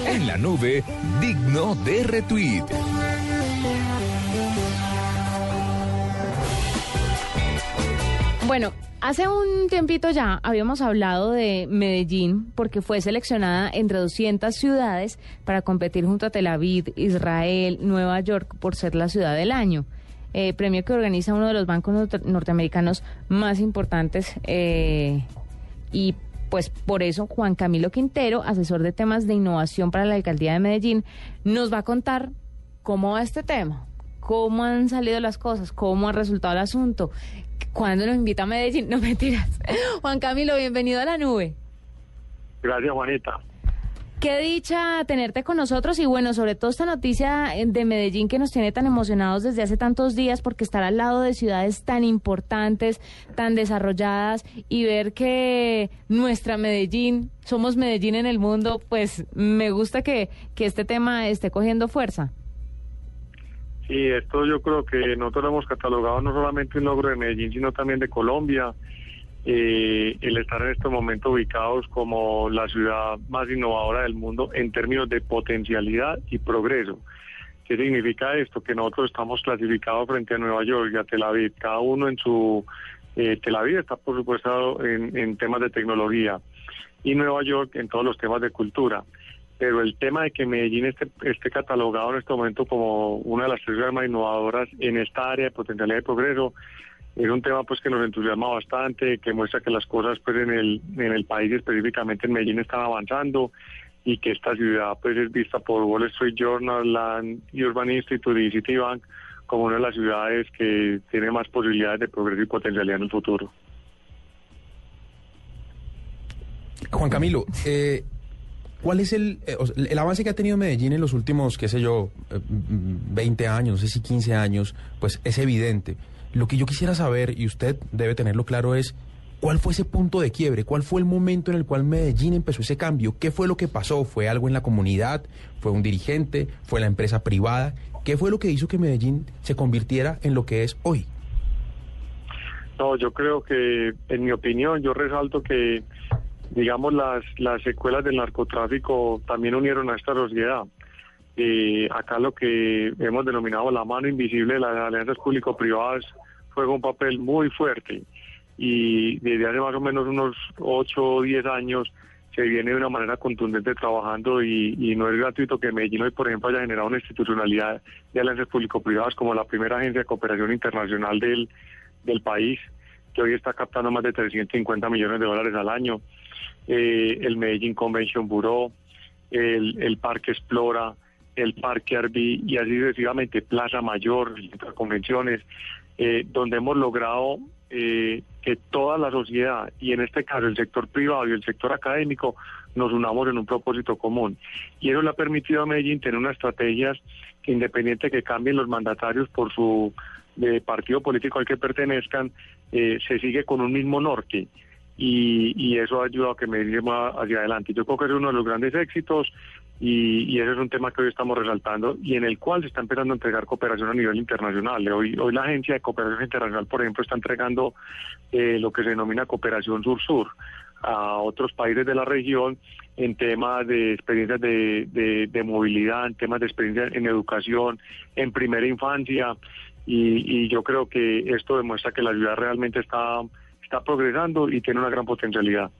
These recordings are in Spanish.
En la nube, digno de retweet. Bueno, hace un tiempito ya habíamos hablado de Medellín porque fue seleccionada entre 200 ciudades para competir junto a Tel Aviv, Israel, Nueva York por ser la ciudad del año. Premio que organiza uno de los bancos norteamericanos más importantes y pues por eso Juan Camilo Quintero, asesor de temas de innovación para la alcaldía de Medellín, nos va a contar cómo va este tema, cómo han salido las cosas, cómo ha resultado el asunto. ¿Cuándo nos invita a Medellín? No, mentiras. Juan Camilo, bienvenido a la nube. Gracias, Juanita. Qué dicha tenerte con nosotros y bueno, sobre todo esta noticia de Medellín que nos tiene tan emocionados desde hace tantos días porque estar al lado de ciudades tan importantes, tan desarrolladas y ver que nuestra Medellín, somos Medellín en el mundo, pues me gusta que este tema esté cogiendo fuerza. Sí, esto yo creo que nosotros lo hemos catalogado no solamente un logro de Medellín, sino también de Colombia. El estar en este momento ubicados como la ciudad más innovadora del mundo en términos de potencialidad y progreso. ¿Qué significa esto? Que nosotros estamos clasificados frente a Nueva York y a Tel Aviv, cada uno en su... Tel Aviv está por supuesto en temas de tecnología y Nueva York en todos los temas de cultura. Pero el tema de que Medellín esté catalogado en este momento como una de las tres ciudades más innovadoras en esta área de potencialidad y progreso es un tema pues que nos entusiasma bastante, que muestra que las cosas pues en el país, específicamente en Medellín, están avanzando y que esta ciudad pues es vista por Wall Street Journal, Land Urban Institute y Citibank como una de las ciudades que tiene más posibilidades de progreso y potencialidad en el futuro. Juan Camilo, ¿cuál es el avance que ha tenido Medellín en los últimos, 20 años, no sé si 15 años? Pues es evidente. Lo que yo quisiera saber, y usted debe tenerlo claro, es ¿cuál fue ese punto de quiebre? ¿Cuál fue el momento en el cual Medellín empezó ese cambio? ¿Qué fue lo que pasó? ¿Fue algo en la comunidad? ¿Fue un dirigente? ¿Fue la empresa privada? ¿Qué fue lo que hizo que Medellín se convirtiera en lo que es hoy? No, yo creo que, en mi opinión, yo resalto que, digamos, las secuelas del narcotráfico también unieron a esta sociedad. Acá lo que hemos denominado la mano invisible de las alianzas público-privadas juega un papel muy fuerte y desde hace más o menos unos 8 o 10 años se viene de una manera contundente trabajando y no es gratuito que Medellín hoy, por ejemplo, haya generado una institucionalidad de alianzas público-privadas como la primera agencia de cooperación internacional del país, que hoy está captando más de 350 millones de dólares al año, el Medellín Convention Bureau, el Parque Explora, el Parque Arví y así sucesivamente, Plaza Mayor, convenciones, donde hemos logrado que toda la sociedad, y en este caso el sector privado y el sector académico, nos unamos en un propósito común. Y eso le ha permitido a Medellín tener unas estrategias que, independiente que cambien los mandatarios por su partido político al que pertenezcan, se sigue con un mismo norte. Y eso ha ayudado a que Medellín vaya hacia adelante. Yo creo que es uno de los grandes éxitos y ese es un tema que hoy estamos resaltando y en el cual se está empezando a entregar cooperación a nivel internacional. Hoy la Agencia de Cooperación Internacional, por ejemplo, está entregando lo que se denomina cooperación sur-sur a otros países de la región en temas de experiencias de movilidad, en temas de experiencia en educación, en primera infancia y yo creo que esto demuestra que la ciudad realmente está progresando y tiene una gran potencialidad.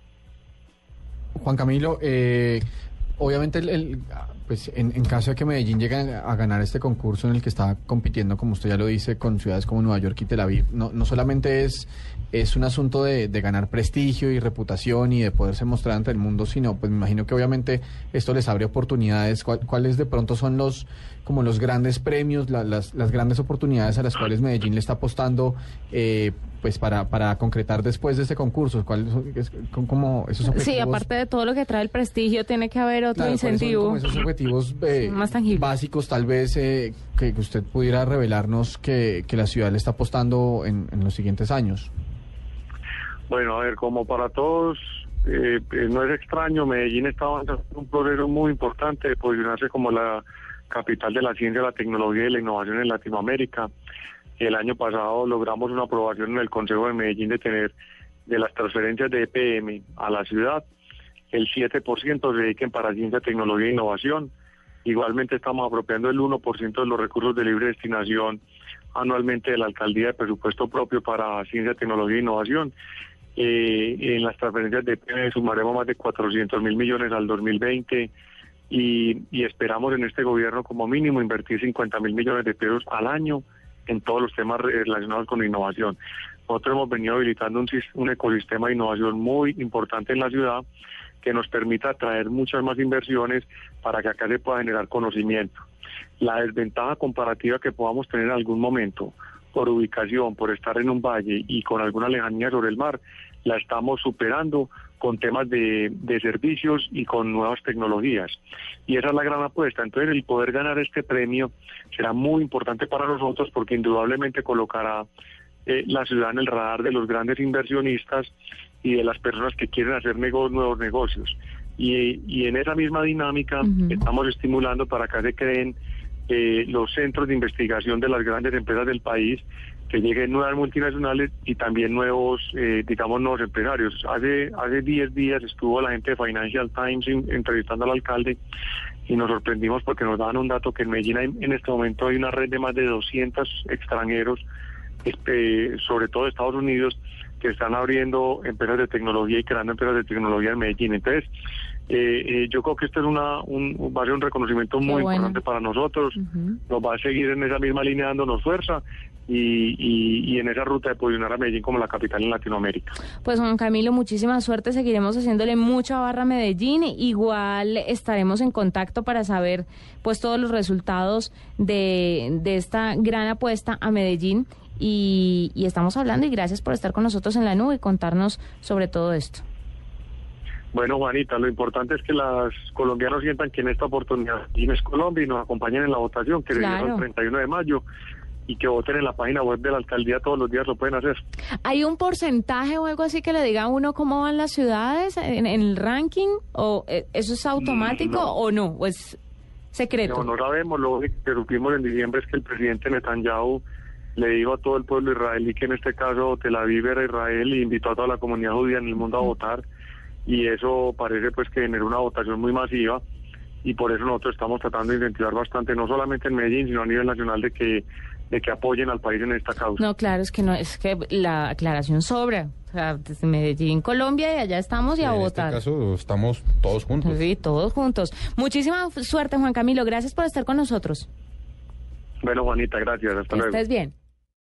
Juan Camilo, obviamente pues en caso de que Medellín llegue a ganar este concurso en el que está compitiendo, como usted ya lo dice, con ciudades como Nueva York y Tel Aviv, no solamente es un asunto de ganar prestigio y reputación y de poderse mostrar ante el mundo, sino pues me imagino que obviamente esto les abre oportunidades. ¿Cuáles de pronto son los grandes premios, las grandes oportunidades a las cuales Medellín le está apostando pues para concretar después de este concurso? ¿Cuáles son como esos objetivos? Sí, aparte de todo lo que trae el prestigio, tiene que haber otro incentivo. Como esos objetivos más tangibles, básicos, tal vez, que usted pudiera revelarnos que la ciudad le está apostando en los siguientes años. Bueno, a ver, como para todos, no es extraño, Medellín está avanzando en un proceso muy importante de posicionarse como la capital de la ciencia, la tecnología y la innovación en Latinoamérica. El año pasado logramos una aprobación en el Consejo de Medellín de tener de las transferencias de EPM a la ciudad, el 7% se dediquen para ciencia, tecnología e innovación. Igualmente estamos apropiando el 1% de los recursos de libre destinación anualmente de la alcaldía de presupuesto propio para ciencia, tecnología e innovación. En las transferencias de PNB sumaremos más de 400.000 millones al 2020 y esperamos en este gobierno como mínimo invertir 50.000 millones de pesos al año en todos los temas relacionados con innovación. Nosotros hemos venido habilitando un ecosistema de innovación muy importante en la ciudad que nos permita atraer muchas más inversiones para que acá se pueda generar conocimiento. La desventaja comparativa que podamos tener en algún momento por ubicación, por estar en un valle y con alguna lejanía sobre el mar, la estamos superando con temas de servicios y con nuevas tecnologías. Y esa es la gran apuesta. Entonces el poder ganar este premio será muy importante para nosotros porque indudablemente colocará la ciudad en el radar de los grandes inversionistas y de las personas que quieren hacer nuevos negocios. Y en esa misma dinámica estamos estimulando para que se creen los centros de investigación de las grandes empresas del país, que lleguen nuevas multinacionales y también nuevos empresarios. Hace 10 días estuvo la gente de Financial Times entrevistando al alcalde y nos sorprendimos porque nos daban un dato que en Medellín en este momento hay una red de más de 200 extranjeros, sobre todo de Estados Unidos, que están abriendo empresas de tecnología y creando empresas de tecnología en Medellín. Entonces, yo creo que este es va a ser un reconocimiento muy importante para nosotros. Nos va a seguir en esa misma línea dándonos fuerza y en esa ruta de posicionar a Medellín como la capital en Latinoamérica. Pues Juan Camilo, muchísima suerte, seguiremos haciéndole mucha barra a Medellín, igual estaremos en contacto para saber pues todos los resultados de esta gran apuesta a Medellín y estamos hablando y gracias por estar con nosotros en la nube y contarnos sobre todo esto. Bueno, Juanita, lo importante es que los colombianos sientan que en esta oportunidad es Colombia y nos acompañen en la votación que se dio el 31 de mayo y que voten en la página web de la alcaldía todos los días, lo pueden hacer. ¿Hay un porcentaje o algo así que le diga a uno cómo van las ciudades en el ranking? ¿O eso es automático o no? ¿O es secreto? No sabemos. Lo que supimos en diciembre es que el presidente Netanyahu le dijo a todo el pueblo israelí que en este caso Tel Aviv era Israel y invitó a toda la comunidad judía en el mundo a votar. Y eso parece pues que generó una votación muy masiva y por eso nosotros estamos tratando de incentivar bastante, no solamente en Medellín, sino a nivel nacional de que apoyen al país en esta causa. No, claro, es que la aclaración sobra. O sea, desde Medellín, Colombia, y allá estamos y a votar. En este caso estamos todos juntos. Sí, todos juntos. Muchísima suerte, Juan Camilo. Gracias por estar con nosotros. Bueno, Juanita, gracias. Hasta luego. Que estés bien.